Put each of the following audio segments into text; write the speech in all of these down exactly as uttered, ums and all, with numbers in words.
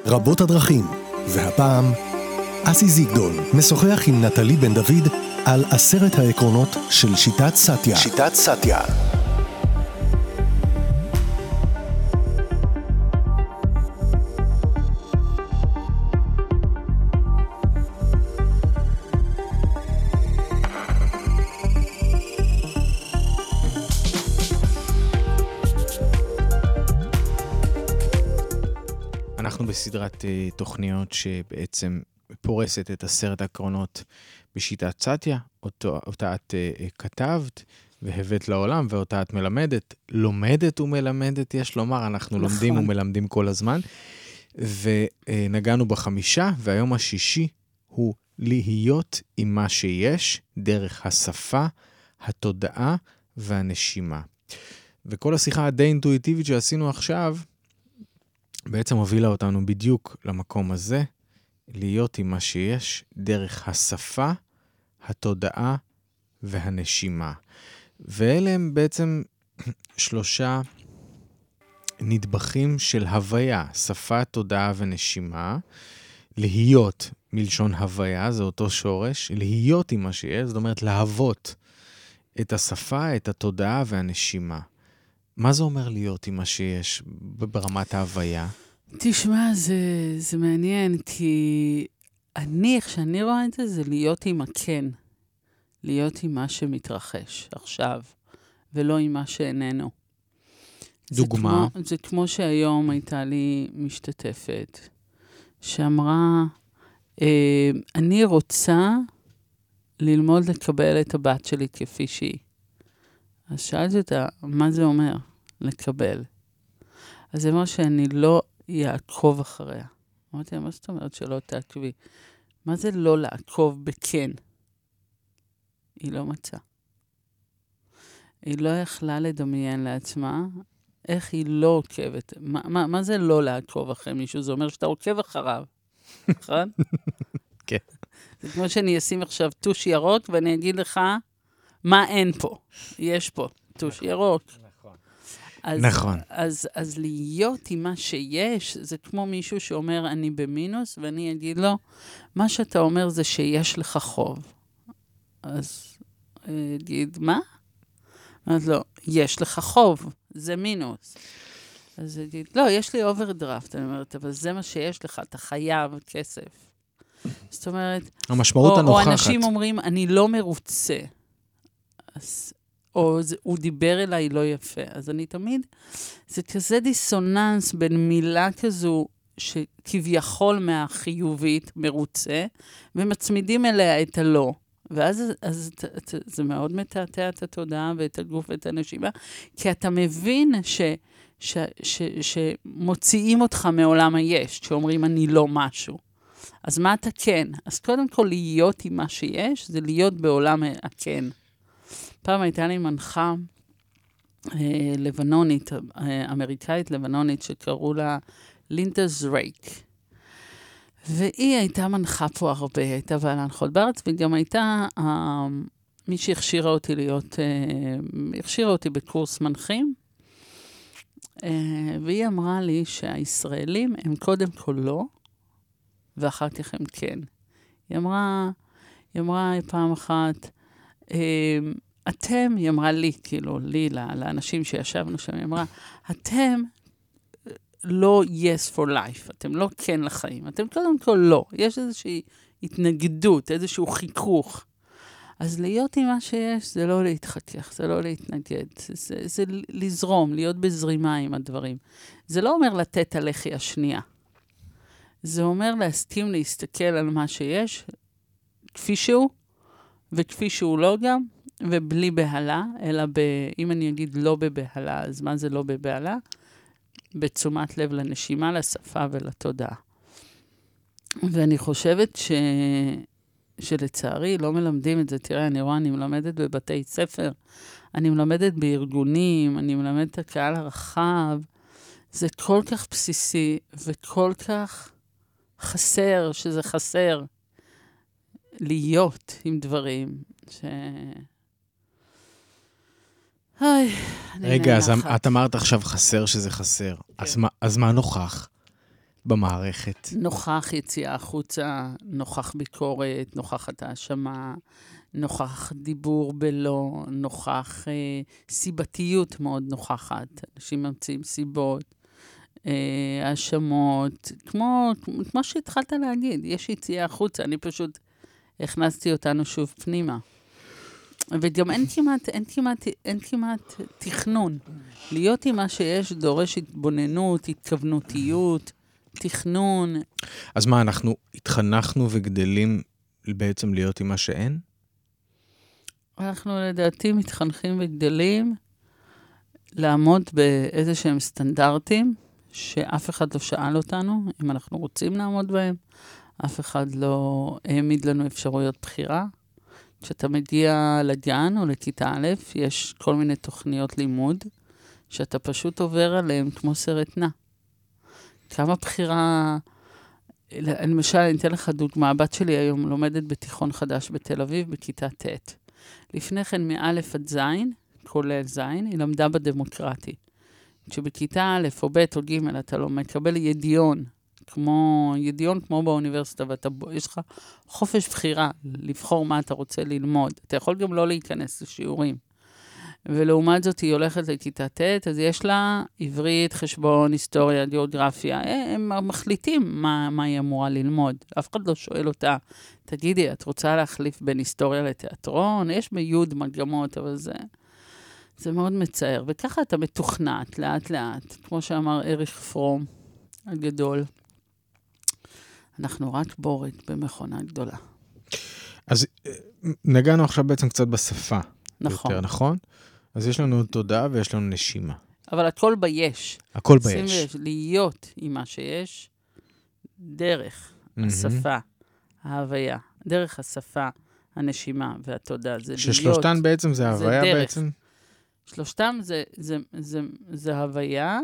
רבות הדרכים, והפעם אסי זיגדון משוחח עם נטלי בן דוד על עשרת העקרונות של שיטת סאטיה. שיטת סאטיה. אנחנו בסדרת uh, תוכניות שבעצם פורסת את עשרת העקרונות בשיטת סאטיה, אותו, אותה את uh, כתבת והבאת לעולם, ואותה את מלמדת, לומדת ומלמדת, יש לומר, אנחנו נכון. לומדים ומלמדים כל הזמן, ונגענו בחמישה, והיום השישי הוא להיות עם מה שיש, דרך השפה, התודעה והנשימה. וכל השיחה הדי אינטואיטיבית שעשינו עכשיו, בעצם הובילה אותנו בדיוק למקום הזה, להיות עם מה שיש, דרך השפה, התודעה והנשימה. ואלה הם בעצם שלושה נדבכים של הוויה, שפה, תודעה ונשימה. להיות מלשון הוויה, זה אותו שורש, להיות עם מה שיש, זאת אומרת להוות את השפה, את התודעה והנשימה. מה זה אומר להיות עם מה שיש ברמת ההוויה? תשמע, זה, זה מעניין, כי אני, איך שאני רואה את זה, זה להיות עם הכן. להיות עם מה שמתרחש עכשיו, ולא עם מה שאיננו. דוגמה? זה כמו, זה כמו שהיום הייתה לי משתתפת, שאמרה, אה, אני רוצה ללמוד לקבל את הבת שלי כפי שהיא. אז שאלתי אותה, מה זה אומר לקבל? אז זה אומר שאני לא יעקוב אחריה. אמרתי, מה זאת אומרת שלא תעקבי? מה זה לא לעקוב בכן? היא לא מצאה. היא לא יכלה לדמיין לעצמה איך היא לא עוקבת. מה, מה, מה זה לא לעקוב אחרי מישהו? זה אומר שאתה עוקב אחריו. נכון? כן. זה כמו שאני אשים עכשיו טוש ירוק ואני אגיד לך, מה אין פה? יש פה טוש ירוק. נכון. אז, נכון. אז, אז להיות עם מה שיש, זה כמו מישהו שאומר, אני במינוס, ואני אגיד לו, מה שאתה אומר זה שיש לך חוב. אז אגיד, מה? אז לא, יש לך חוב, זה מינוס. אז אגיד, לא, יש לי אוברדרפט. אני אומרת, אבל זה מה שיש לך, אתה חייב כסף. זאת אומרת, המשמעות או, הנוכחת. או אנשים אומרים, אני לא מרוצה. אז, או זה, הוא דיבר אליי לא יפה. אז אני תמיד, זה כזה דיסוננס בין מילה כזו, שכביכול מהחיובית מרוצה, ומצמידים אליה את הלא. ואז אז, אז, זה מאוד מתעתע את התודעה ואת הגוף ואת הנשימה, כי אתה מבין ש, ש, ש, שמוציאים אותך מעולם היש, שאומרים אני לא משהו. אז מה אתה כן? אז קודם כל להיות עם מה שיש, זה להיות בעולם הכן. פעם הייתה לי מנחה אה, לבנונית, אה, אמריקאית לבנונית, שקראו לה לינדה זרייק. והיא הייתה מנחה פה הרבה, הייתה בעל להנחות בארץ, וגם הייתה אה, מי שהכשירה אותי להיות, אה, הכשירה אותי בקורס מנחים, אה, והיא אמרה לי שהישראלים הם קודם כל לא, ואחר כך הם כן. היא אמרה, היא אמרה פעם אחת, אה, אתם, היא אמרה לי, כאילו, לי, לאנשים שישבנו שם, היא אמרה, אתם לא yes for life, אתם לא כן לחיים, אתם קודם כל לא. יש איזושהי התנגדות, איזשהו חיכוך. אז להיות עם מה שיש, זה לא להתחכך, זה לא להתנגד, זה, זה, זה לזרום, להיות בזרימה עם הדברים. זה לא אומר לתת הלחי השנייה. זה אומר להסכים להסתכל על מה שיש, כפי שהוא, וכפי שהוא לא גם, ובלי בהלה, אלא ב, אם אני אגיד לא בבהלה, אז מה זה לא בבהלה? בתשומת לב לנשימה, לשפה ולתודעה. ואני חושבת ש... שלצערי לא מלמדים את זה. תראה, אני רואה, אני מלמדת בבתי ספר, אני מלמדת בארגונים, אני מלמדת את הקהל הרחב. זה כל כך בסיסי וכל כך חסר, שזה חסר להיות עם דברים ש... אוי, רגע, אז את אמרת עכשיו חסר שזה חסר. אז מה, אז מה נוכח? במערכת. נוכח יציאה החוצה, נוכח ביקורת, נוכחת האשמה, נוכח דיבור בלא, נוכח אה, סיבתיות מאוד נוכחת. אנשים ממציאים סיבות, אה, האשמות, כמו, כמו שהתחלת להגיד, יש יציאה החוצה, אני פשוט הכנסתי אותנו שוב פנימה. וגם אין כמעט, אין כמעט, אין כמעט תכנון. להיות עם מה שיש דורש התבוננות, התכוונותיות, תכנון. אז מה, אנחנו התחנכנו וגדלים בעצם להיות עם מה שאין? אנחנו לדעתי מתחנכים וגדלים לעמוד באיזה שהם סטנדרטים, שאף אחד לא שאל אותנו, אם אנחנו רוצים לעמוד בהם, אף אחד לא העמיד לנו אפשרויות בחירה. כשאתה מגיע לגן או לכיתה א', יש כל מיני תוכניות לימוד, שאתה פשוט עובר עליהם כמו סרט נע. כמה בחירה, למשל, אני אתן לך דוגמה, הבת שלי היום לומדת בתיכון חדש בתל אביב, בכיתה ט'. לפני כן, מאלף עד זין, כולל זין, היא למדה בדמוקרטי. כשבכיתה א' או ב' או ג' אתה לא מקבל ידיון, כמו, ידיון כמו באוניברסיטה, ויש לך חופש בחירה לבחור מה אתה רוצה ללמוד. אתה יכול גם לא להיכנס לשיעורים. ולעומת זאת היא הולכת לכיתה ט', אז יש לה עברית, חשבון, היסטוריה, גיאוגרפיה. הם מחליטים מה, מה היא אמורה ללמוד. אף אחד לא שואל אותה, תגידי, את רוצה להחליף בין היסטוריה לתיאטרון? יש ביוד מגמות, אבל זה, זה מאוד מצער. וככה אתה מתוכנת לאט לאט, כמו שאמר אריך פרום הגדול. אנחנו רק בורת במכונה גדולה. אז נגענו עכשיו בעצם קצת בשפה. נכון. יותר, נכון? אז יש לנו תודעה ויש לנו נשימה. אבל הכל ביש. הכל ביש. להיות עם מה שיש, דרך השפה, ההוויה, דרך השפה, הנשימה והתודעה. זה להיות. ששלושתן בעצם זה ההוויה בעצם? שלושתם זה, זה, זה, זה ההוויה,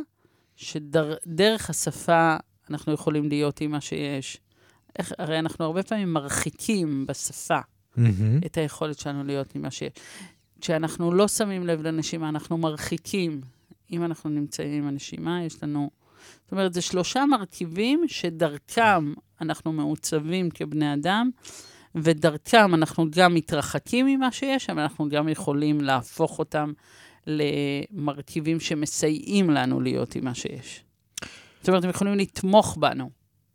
שדרך השפה אנחנו יכולים להיות עם מה שיש. איך, הרי אנחנו הרבה פעמים מרחיקים בשפה Mm-hmm. את היכולת שלנו להיות עם מה שיש. כשאנחנו לא שמים לב לנשימה, אנחנו מרחיקים. אם אנחנו נמצאים עם הנשימה, יש לנו... זאת אומרת, זה שלושה מרכיבים שדרכם אנחנו מעוצבים כבני אדם, ודרכם אנחנו גם מתרחקים ממה שיש, אבל אנחנו גם יכולים להפוך אותם למרכיבים שמסייעים לנו להיות עם מה שיש. זאת אומרת, הם יכולים לתמוך בנו.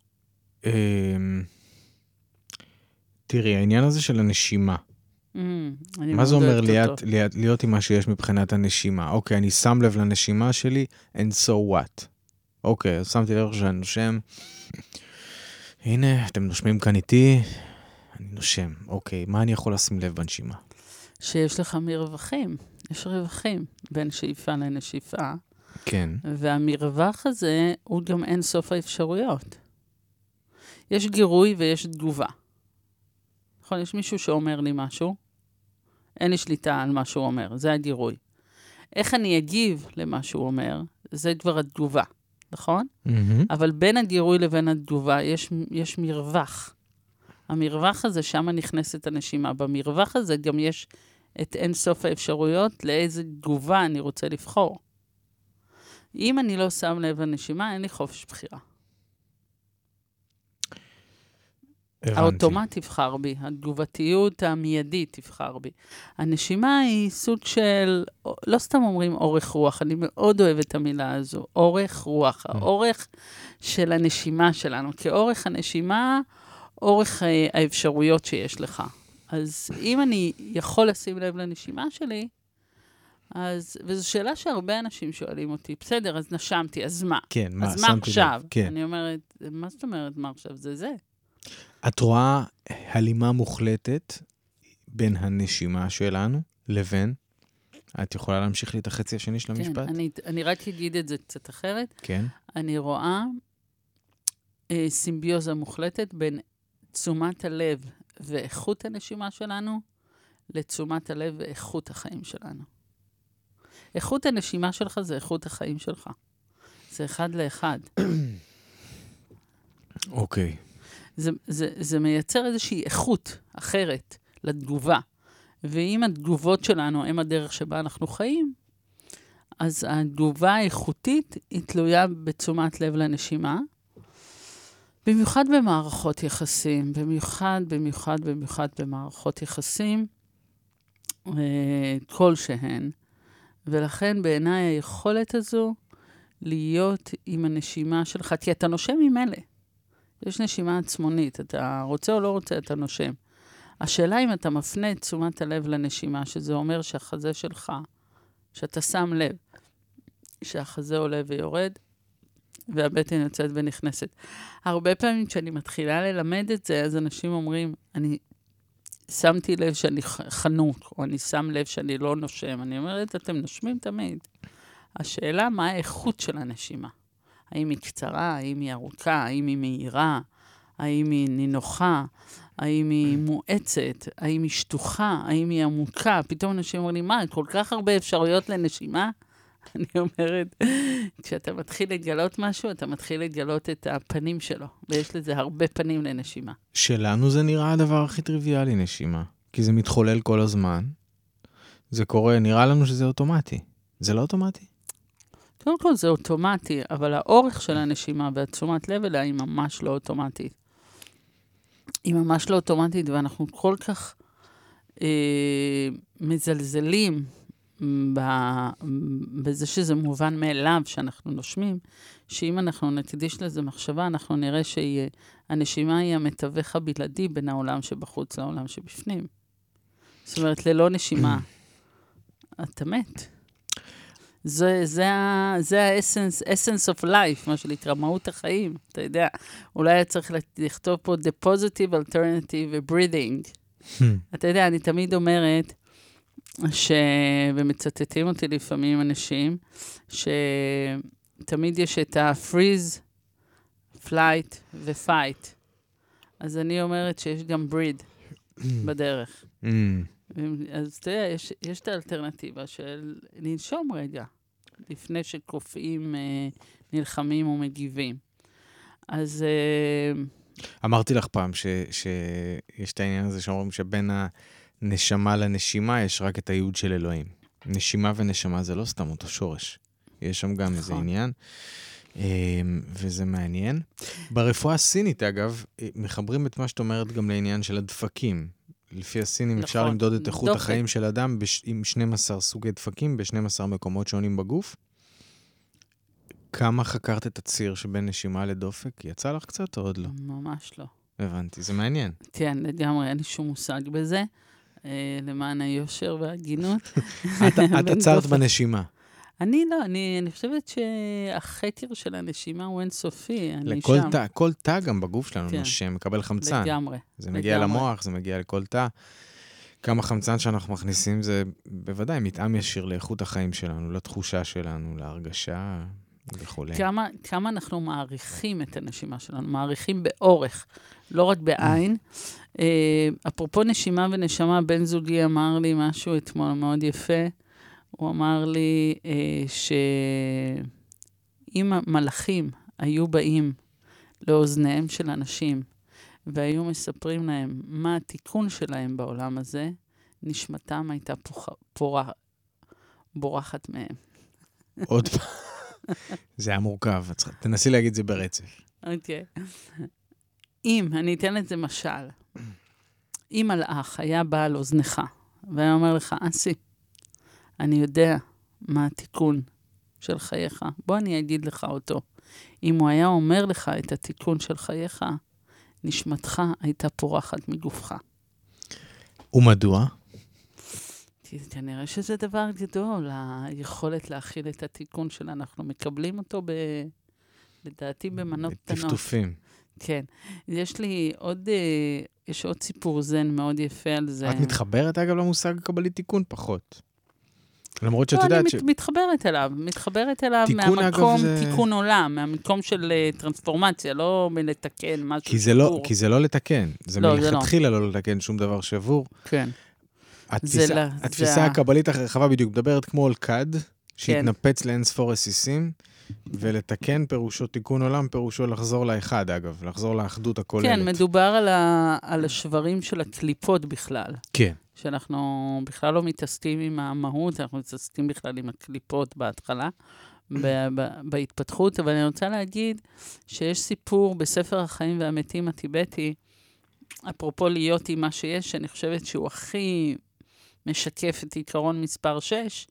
תראי, העניין הזה של הנשימה. Mm, מה זה אומר להיות, להיות, להיות עם מה שיש מבחינת הנשימה? אוקיי, אני שם לב לנשימה שלי, and so what? אוקיי, אז שמתי לב שאני נושם. הנה, אתם נושמים כאן איתי, אני נושם. אוקיי, מה אני יכול לשים לב בנשימה? שיש לך מרווחים. יש רווחים בין שאיפה לנשיפה. כן. והמרווח הזה הוא גם אין סוף האפשרויות. יש גירוי ויש תגובה. נכון, יש מישהו שאומר לי משהו, אין לי שליטה על מה שהוא אומר, זה הגירוי. איך אני אגיב למה שהוא אומר, זה כבר התגובה, נכון? Mm-hmm. אבל בין הגירוי לבין התגובה יש, יש מרווח. המרווח הזה, שם נכנסת הנשימה. במרווח הזה גם יש את אין סוף האפשרויות לאיזה תגובה אני רוצה לבחור. אם אני לא שם לב לנשימה, אין לי חופש בחירה. הבנתי. האוטומט תבחר בי, התגובתיות המיידית תבחר בי. הנשימה היא סוג של, לא סתם אומרים אורך רוח, אני מאוד אוהבת את המילה הזו, אורך רוח, האורך של הנשימה שלנו, כאורך הנשימה, אורך האפשרויות שיש לך. אז אם אני יכול לשים לב לנשימה שלי, אז, וזו שאלה שהרבה אנשים שואלים אותי, בסדר, אז נשמתי, אז מה? כן, מה, אז מה עכשיו? לב, כן. אני אומרת, מה זאת אומרת, מה עכשיו? זה זה. את רואה הלימה מוחלטת בין הנשימה שלנו לבין, את יכולה להמשיך לי את החצי השני של המשפט? כן, אני, אני רק אגיד את זה קצת אחרת. כן. אני רואה אה, סימביוזה מוחלטת בין תשומת הלב ואיכות הנשימה שלנו, לתשומת הלב ואיכות החיים שלנו. איכות הנשימה שלך זה איכות החיים שלך. זה אחד לאחד. אוקיי. זה, זה, זה מייצר איזושהי איכות אחרת לתגובה. ואם התגובות שלנו הם הדרך שבה אנחנו חיים, אז התגובה האיכותית היא תלויה בתשומת לב לנשימה, במיוחד במערכות יחסים, במיוחד, במיוחד, במיוחד במערכות יחסים, כלשהן. ולכן בעיניי היכולת הזו להיות עם הנשימה שלך, כי אתה נושם ממילא. יש נשימה עצמונית, אתה רוצה או לא רוצה, אתה נושם. השאלה אם אתה מפנה את תשומת הלב לנשימה, שזה אומר שהחזה שלך, שאתה שם לב, שהחזה עולה ויורד, והבטן יוצאת ונכנסת. הרבה פעמים כשאני מתחילה ללמד את זה, אז אנשים אומרים, אני שמתי לב שאני חנוק, או אני שם לב שאני לא נושם. אני אומרת, אתם נושמים תמיד. השאלה, מה האיכות של הנשימה? האם היא קצרה, האם היא ארוכה, האם היא מהירה, האם היא נינוחה, האם היא מואצת, האם היא שטוחה, האם היא עמוקה. פתאום אנשים אומרים, מה, כל כך הרבה אפשרויות לנשימה? אני אומרת, כשאתה מתחיל לגלות משהו, אתה מתחיל לגלות את הפנים שלו, ויש לזה הרבה פנים לנשימה. שלנו זה נראה הדבר הכי טריוויאלי, נשימה, כי זה מתחולל כל הזמן. זה קורה, נראה לנו שזה אוטומטי. זה לא אוטומטי? קודם כל זה אוטומטי, אבל האורך של הנשימה והתשומת לב אליה היא ממש לא אוטומטית. היא ממש לא אוטומטית, ואנחנו כל כך אה, מזלזלים בזה שזה מובן מאליו שאנחנו נושמים, שאם אנחנו נקדיש לזה מחשבה, אנחנו נראה שהנשימה היא המתווך הבלעדי בין העולם שבחוץ לעולם שבפנים. זאת אומרת, ללא נשימה, אתה מת. זה, זה, זה ה-essence, essence of life, מה שנקרא, מהות החיים, אתה יודע. אולי צריך לכתוב פה the positive alternative breathing. אתה יודע, אני תמיד אומרת, ש... ומצטטים אותי לפעמים אנשים, שתמיד יש את ה-freeze, flight ו-fight. אז אני אומרת שיש גם breathe בדרך. אז אתה יודע, יש, יש את האלטרנטיבה של לנשום רגע, לפני שקופאים, נלחמים ומגיבים. אז... אמרתי לך פעם ש... שיש את העניין הזה שאומרים שבין ה... נשמה לנשימה, יש רק את הייעוד של אלוהים. נשימה ונשמה זה לא סתם אותו שורש. יש שם גם איזה עניין, וזה מעניין. ברפואה הסינית, אגב, מחברים את מה שאת אומרת גם לעניין של הדפקים. לפי הסינים אפשר למדוד את איכות החיים של אדם עם שנים עשר סוגי דפקים, ב-שנים עשר מקומות שונים בגוף. כמה חקרת את הציר שבין נשימה לדופק? יצא לך קצת או עוד לא? ממש לא. הבנתי, זה מעניין. כן, לגמרי, אין לי שום מושג בזה. למען היושר והגינות. את עצרת בנשימה. אני לא, אני, אני חושבת שהחקר של הנשימה הוא אינסופי. לכל תא, כל תא גם בגוף שלנו נושם, מקבל חמצן. לגמרי. זה מגיע למוח, זה מגיע לכל תא. כמה חמצן שאנחנו מכניסים, זה בוודאי מתאם ישיר לאיכות החיים שלנו, לתחושה שלנו, להרגשה וכו'. כמה, כמה אנחנו מעריכים את הנשימה שלנו, מעריכים באורך, לא רק בעין. אפרופו נשימה ונשמה, בן זוגי אמר לי משהו אתמול מאוד יפה. הוא אמר לי שאם המלאכים היו באים לאוזניהם של אנשים, והיו מספרים להם מה התיקון שלהם בעולם הזה, נשמתם הייתה פורה, בורחת מהם. עוד פעם. זה היה מורכב. תנסי להגיד את זה ברצף. אוקיי. אם, אני אתן לזה משל, אם מלאך היה בא על אוזנך, והיה אומר לך, אסי, אני יודע מה התיקון של חייך, בוא אני אגיד לך אותו. אם הוא היה אומר לך את התיקון של חייך, נשמתך הייתה פורחת מגופך. ומדוע? כנראה שזה דבר גדול, היכולת להכיל את התיקון שלה. אנחנו מקבלים אותו, ב... לדעתי, במנות קטנות. טפטופים. כן. יש לי עוד, יש עוד סיפור זן מאוד יפה על זה. את מתחברת, אגב, למושג קבלי תיקון פחות. למרות שאת לא, יודעת אני ש... מתחברת אליו, מתחברת אליו מהמקום זה... תיקון עולם, מהמקום של uh, טרנספורמציה, לא מלתקן משהו כי שבור. לא, כי זה לא לתקן, זה לא, מלכתחילה זה לא. לא לתקן שום דבר שבור. כן. התפיסה, זה התפיסה זה... הקבלית הרחבה בדיוק מדברת כמו על קד, שהתנפץ כן. לאין ספור רסיסים, ולתקן פירושו תיקון עולם, פירושו לחזור לאחד, אגב, לחזור לאחדות הכוללת. כן, מדובר על, ה... על השברים של הקליפות בכלל. כן. שאנחנו בכלל לא מתעסקים עם המהות, אנחנו מתעסקים בכלל עם הקליפות בהתחלה, ב- ב- בהתפתחות, אבל אני רוצה להגיד שיש סיפור בספר החיים והמתים הטיבטי, אפרופו להיות עם מה שיש, שאני חושבת שהוא הכי משקף את עיקרון מספר שש.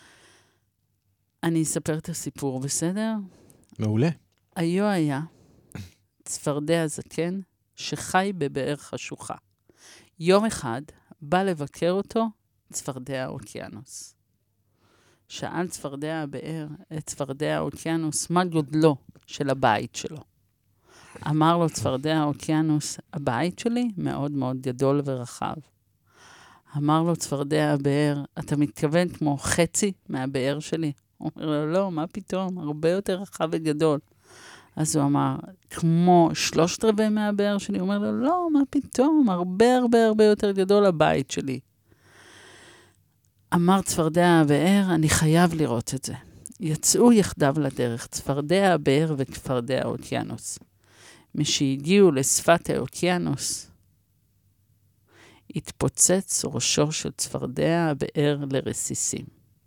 אני אספר את הסיפור, בסדר? מעולה. היו היה צפרדע זקן שחי בבאר חשוכה. יום אחד בא לבקר אותו צפרדע האוקיינוס. שאל צפרדע הבאר את צפרדע האוקיינוס מה גודלו של הבית שלו. אמר לו צפרדע האוקיינוס, הבית שלי מאוד מאוד גדול ורחב. אמר לו צפרדע הבאר, אתה מתכוון כמו חצי מהבאר שלי? הוא אומר לו, לא, מה פתאום, הרבה יותר רחב וגדול. אז הוא אמר, כמו שלושת רבעי מהבאר שלי? הוא אומר לו, לא, מה פתאום, הרבה הרבה הרבה יותר גדול הבית שלי. אמר צפרדע הבאר, אני חייב לראות את זה. יצאו יחדיו לדרך, צפרדע הבאר וצפרדע האוקיינוס. משהגיעו לשפת האוקיינוס, התפוצץ ראשו של צפרדע הבאר לרסיסים.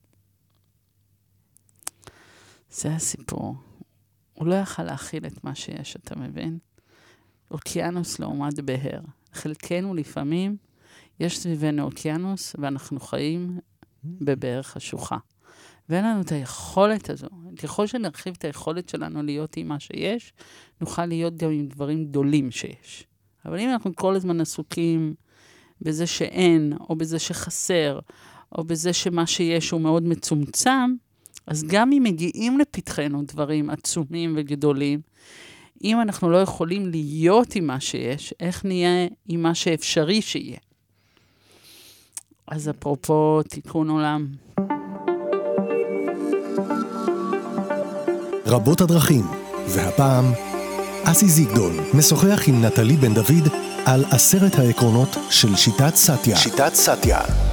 זה הסיפור. הוא לא יכל להכיל את מה שיש, אתה מבין? אוקיינוס לעומת בהר. חלקנו לפעמים, יש סביבנו אוקיינוס, ואנחנו חיים בבאר חשוכה. ואין לנו את היכולת הזו. ככל שנרחיב את היכולת שלנו להיות עם מה שיש, נוכל להיות גם עם דברים גדולים שיש. אבל אם אנחנו כל הזמן עסוקים בזה שאין, או בזה שחסר, או בזה שמה שיש הוא מאוד מצומצם, אז גם אם מגיעים לפתחנו דברים עצומים וגדולים, אם אנחנו לא יכולים להיות עם מה שיש, איך נהיה עם מה שאפשרי שיהיה? אז אפרופו תיקון עולם. רבות הדרכים, והפעם אסי זיגדון משוחח עם נטלי בן דוד על עשרת העקרונות של שיטת סאטיה. שיטת סאטיה.